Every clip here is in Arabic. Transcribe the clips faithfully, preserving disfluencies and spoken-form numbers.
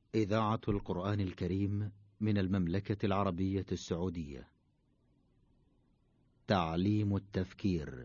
إذاعة القرآن الكريم من المملكة العربية السعودية. تعليم التفكير،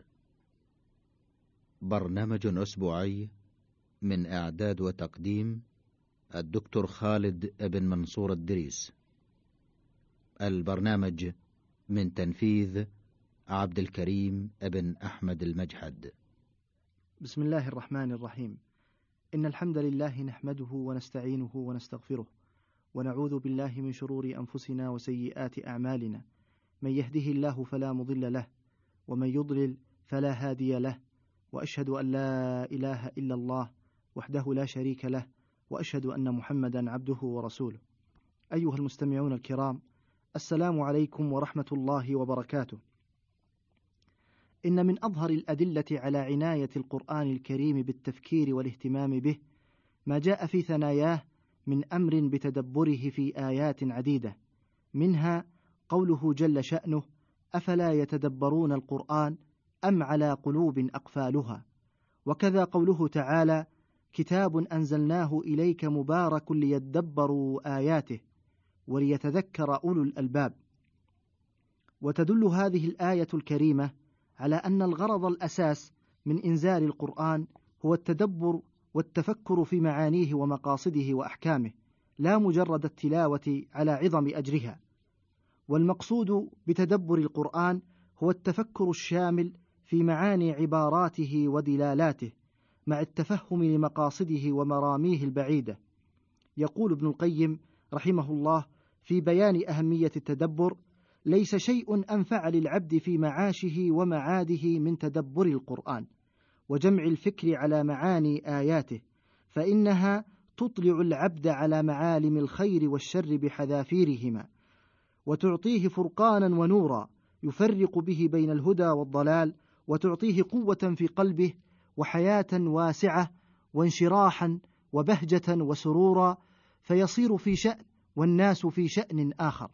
برنامج أسبوعي من إعداد وتقديم الدكتور خالد بن منصور الدريس. البرنامج من تنفيذ عبد الكريم بن أحمد المجحد. بسم الله الرحمن الرحيم. إن الحمد لله نحمده ونستعينه ونستغفره، ونعوذ بالله من شرور أنفسنا وسيئات أعمالنا. من يهده الله فلا مضل له، ومن يضلل فلا هادي له، وأشهد أن لا إله إلا الله وحده لا شريك له، وأشهد أن محمدا عبده ورسوله. أيها المستمعون الكرام، السلام عليكم ورحمة الله وبركاته. إن من أظهر الأدلة على عناية القرآن الكريم بالتفكير والاهتمام به ما جاء في ثناياه من أمر بتدبره في آيات عديدة، منها قوله جل شأنه: أفلا يتدبرون القرآن أم على قلوب أقفالها. وكذا قوله تعالى: كتاب أنزلناه إليك مبارك ليدبروا آياته وليتذكر أولو الألباب. وتدل هذه الآية الكريمة على أن الغرض الأساس من إنزال القرآن هو التدبر والتفكر في معانيه ومقاصده وأحكامه، لا مجرد التلاوة على عظم أجرها. والمقصود بتدبر القرآن هو التفكر الشامل في معاني عباراته ودلالاته، مع التفهم لمقاصده ومراميه البعيدة. يقول ابن القيم رحمه الله في بيان أهمية التدبر: ليس شيء أنفع للعبد في معاشه ومعاده من تدبر القرآن وجمع الفكر على معاني آياته، فإنها تطلع العبد على معالم الخير والشر بحذافيرهما، وتعطيه فرقانا ونورا يفرق به بين الهدى والضلال، وتعطيه قوة في قلبه وحياة واسعة وانشراحا وبهجة وسرورا، فيصير في شأن والناس في شأن آخر.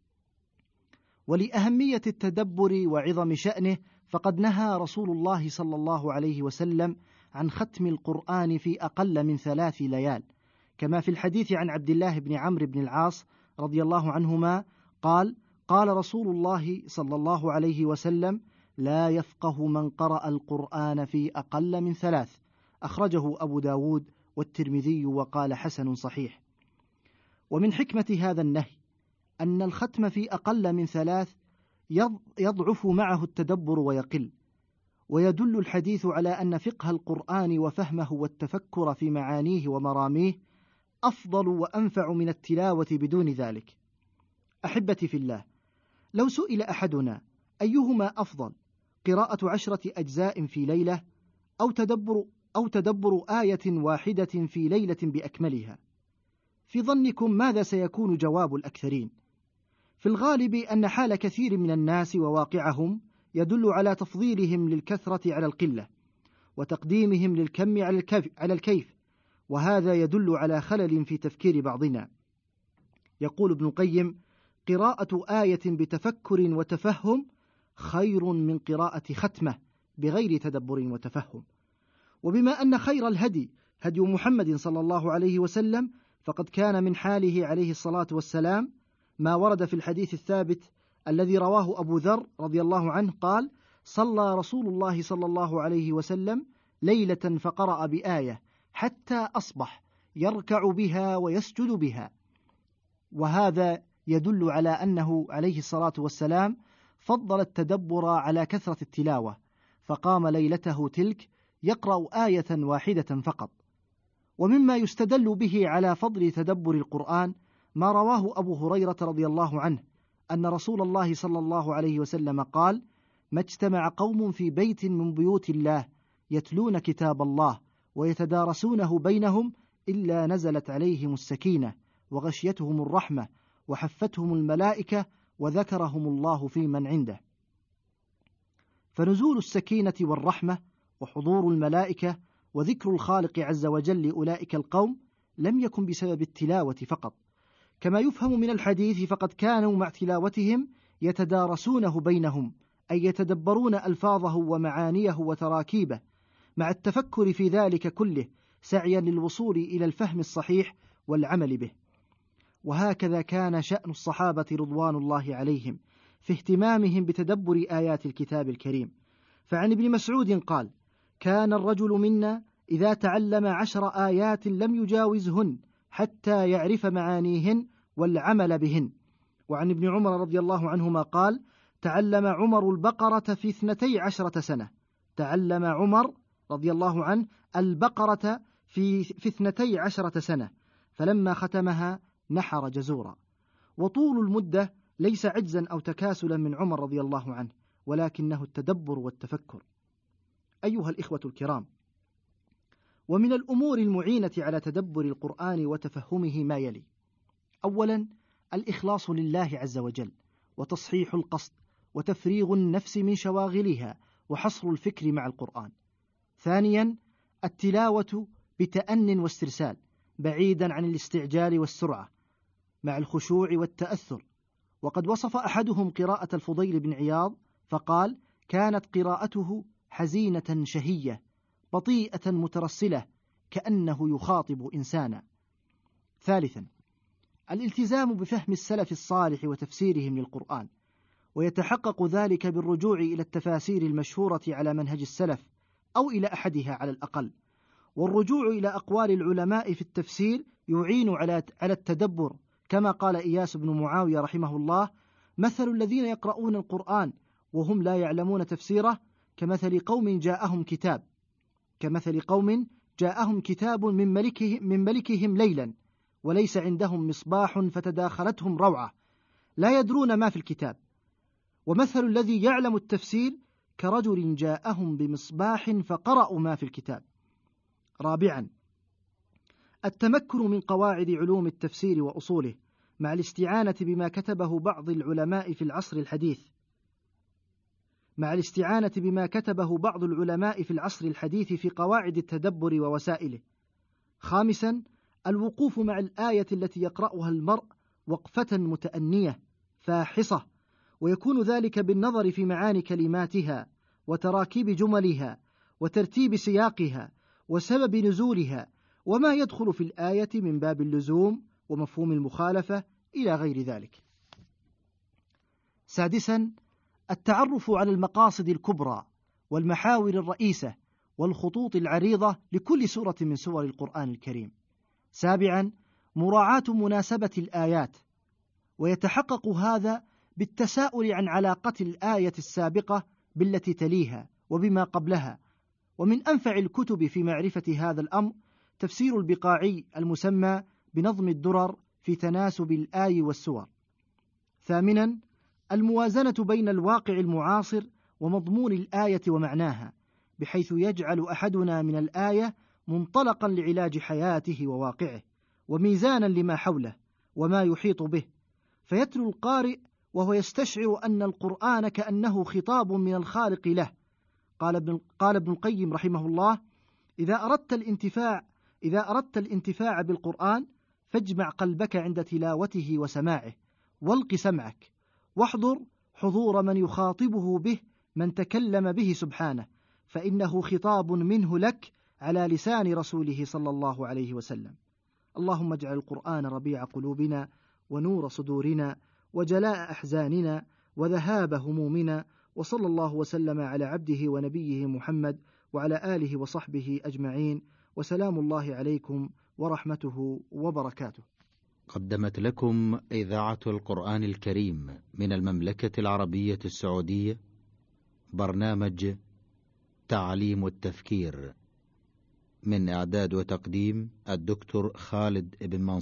ولأهمية التدبر وعظم شأنه فقد نهى رسول الله صلى الله عليه وسلم عن ختم القرآن في أقل من ثلاث ليال، كما في الحديث عن عبد الله بن عمرو بن العاص رضي الله عنهما قال: قال رسول الله صلى الله عليه وسلم: لا يفقه من قرأ القرآن في أقل من ثلاث. أخرجه أبو داود والترمذي وقال حسن صحيح. ومن حكمة هذا النهي أن الختم في أقل من ثلاث يضعف معه التدبر ويقل، ويدل الحديث على أن فقه القرآن وفهمه والتفكر في معانيه ومراميه أفضل وأنفع من التلاوة بدون ذلك. أحبتي في الله، لو سئل أحدنا أيهما أفضل، قراءة عشرة أجزاء في ليلة أو تدبر, أو تدبر آية واحدة في ليلة بأكملها، في ظنكم ماذا سيكون جواب الأكثرين؟ في الغالب أن حال كثير من الناس وواقعهم يدل على تفضيلهم للكثرة على القلة، وتقديمهم للكم على الكيف، وهذا يدل على خلل في تفكير بعضنا. يقول ابن القيم: قراءة آية بتفكر وتفهم خير من قراءة ختمة بغير تدبر وتفهم. وبما أن خير الهدي هدي محمد صلى الله عليه وسلم، فقد كان من حاله عليه الصلاة والسلام ما ورد في الحديث الثابت الذي رواه أبو ذر رضي الله عنه قال: صلى رسول الله صلى الله عليه وسلم ليلة فقرأ بآية حتى أصبح يركع بها ويسجد بها. وهذا يدل على أنه عليه الصلاة والسلام فضل التدبر على كثرة التلاوة، فقام ليلته تلك يقرأ آية واحدة فقط. ومما يستدل به على فضل تدبر القرآن ما رواه أبو هريرة رضي الله عنه أن رسول الله صلى الله عليه وسلم قال: ما اجتمع قوم في بيت من بيوت الله يتلون كتاب الله ويتدارسونه بينهم إلا نزلت عليهم السكينة وغشيتهم الرحمة وحفتهم الملائكة وذكرهم الله في من عنده. فنزول السكينة والرحمة وحضور الملائكة وذكر الخالق عز وجل لأولئك القوم لم يكن بسبب التلاوة فقط، كما يفهم من الحديث فقد كانوا مع تلاوتهم يتدارسونه بينهم، أي يتدبرون ألفاظه ومعانيه وتراكيبه، مع التفكر في ذلك كله سعيا للوصول إلى الفهم الصحيح والعمل به. وهكذا كان شأن الصحابة رضوان الله عليهم في اهتمامهم بتدبر آيات الكتاب الكريم. فعن ابن مسعود قال: كان الرجل منا إذا تعلم عشر آيات لم يجاوزهن حتى يعرف معانيهن والعمل بهن. وعن ابن عمر رضي الله عنهما قال: تعلم عمر البقرة في اثنتي عشرة سنة. تعلم عمر رضي الله عنه البقرة في, في اثنتي عشرة سنة، فلما ختمها نحر جزورا. وطول المدة ليس عجزا أو تكاسلا من عمر رضي الله عنه، ولكنه التدبر والتفكر. أيها الإخوة الكرام، ومن الأمور المعينة على تدبر القرآن وتفهمه ما يلي: أولا، الإخلاص لله عز وجل، وتصحيح القصد، وتفريغ النفس من شواغلها، وحصر الفكر مع القرآن. ثانيا، التلاوة بتأن واسترسال، بعيدا عن الاستعجال والسرعة، مع الخشوع والتأثر. وقد وصف أحدهم قراءة الفضيل بن عياض فقال: كانت قراءته حزينة شهية بطيئة مترسلة كأنه يخاطب إنسانا. ثالثا، الالتزام بفهم السلف الصالح وتفسيرهم للقرآن، ويتحقق ذلك بالرجوع إلى التفاسير المشهورة على منهج السلف أو إلى أحدها على الأقل. والرجوع إلى أقوال العلماء في التفسير يعين على على التدبر، كما قال إياس بن معاوية رحمه الله: مثل الذين يقرؤون القرآن وهم لا يعلمون تفسيره كمثل قوم جاءهم كتاب كمثل قوم جاءهم كتاب من ملكهم, من ملكهم ليلا وليس عندهم مصباح فتداخلتهم روعة، لا يدرون ما في الكتاب. ومثل الذي يعلم التفسير كرجل جاءهم بمصباح فقرأوا ما في الكتاب. رابعا، التمكن من قواعد علوم التفسير وأصوله، مع الاستعانة بما كتبه بعض العلماء في العصر الحديث مع الاستعانة بما كتبه بعض العلماء في العصر الحديث في قواعد التدبر ووسائله. خامسا، الوقوف مع الآية التي يقرأها المرء وقفة متأنية فاحصة، ويكون ذلك بالنظر في معاني كلماتها وتراكيب جملها وترتيب سياقها وسبب نزولها وما يدخل في الآية من باب اللزوم ومفهوم المخالفة إلى غير ذلك. سادسا، التعرف على المقاصد الكبرى والمحاور الرئيسة والخطوط العريضة لكل سورة من سور القرآن الكريم. سابعا، مراعاة مناسبة الآيات، ويتحقق هذا بالتساؤل عن علاقة الآية السابقة بالتي تليها وبما قبلها. ومن أنفع الكتب في معرفة هذا الأمر تفسير البقاعي المسمى بنظم الدرر في تناسب الآي والسور. ثامنا، الموازنة بين الواقع المعاصر ومضمون الآية ومعناها، بحيث يجعل أحدنا من الآية منطلقا لعلاج حياته وواقعه، وميزانا لما حوله وما يحيط به، فيتلو القارئ وهو يستشعر أن القرآن كأنه خطاب من الخالق له. قال ابن, قال ابن القيم رحمه الله: إذا أردت الانتفاع إذا أردت الانتفاع بالقرآن فاجمع قلبك عند تلاوته وسماعه، والق سمعك، واحضر حضور من يخاطبه به، من تكلم به سبحانه، فإنه خطاب منه لك على لسان رسوله صلى الله عليه وسلم. اللهم اجعل القرآن ربيع قلوبنا ونور صدورنا وجلاء أحزاننا وذهاب همومنا، وصلى الله وسلم على عبده ونبيه محمد وعلى آله وصحبه أجمعين، وسلام الله عليكم ورحمته وبركاته. قدمت لكم إذاعة القرآن الكريم من المملكة العربية السعودية برنامج تعليم التفكير، من إعداد وتقديم الدكتور خالد بن منصور.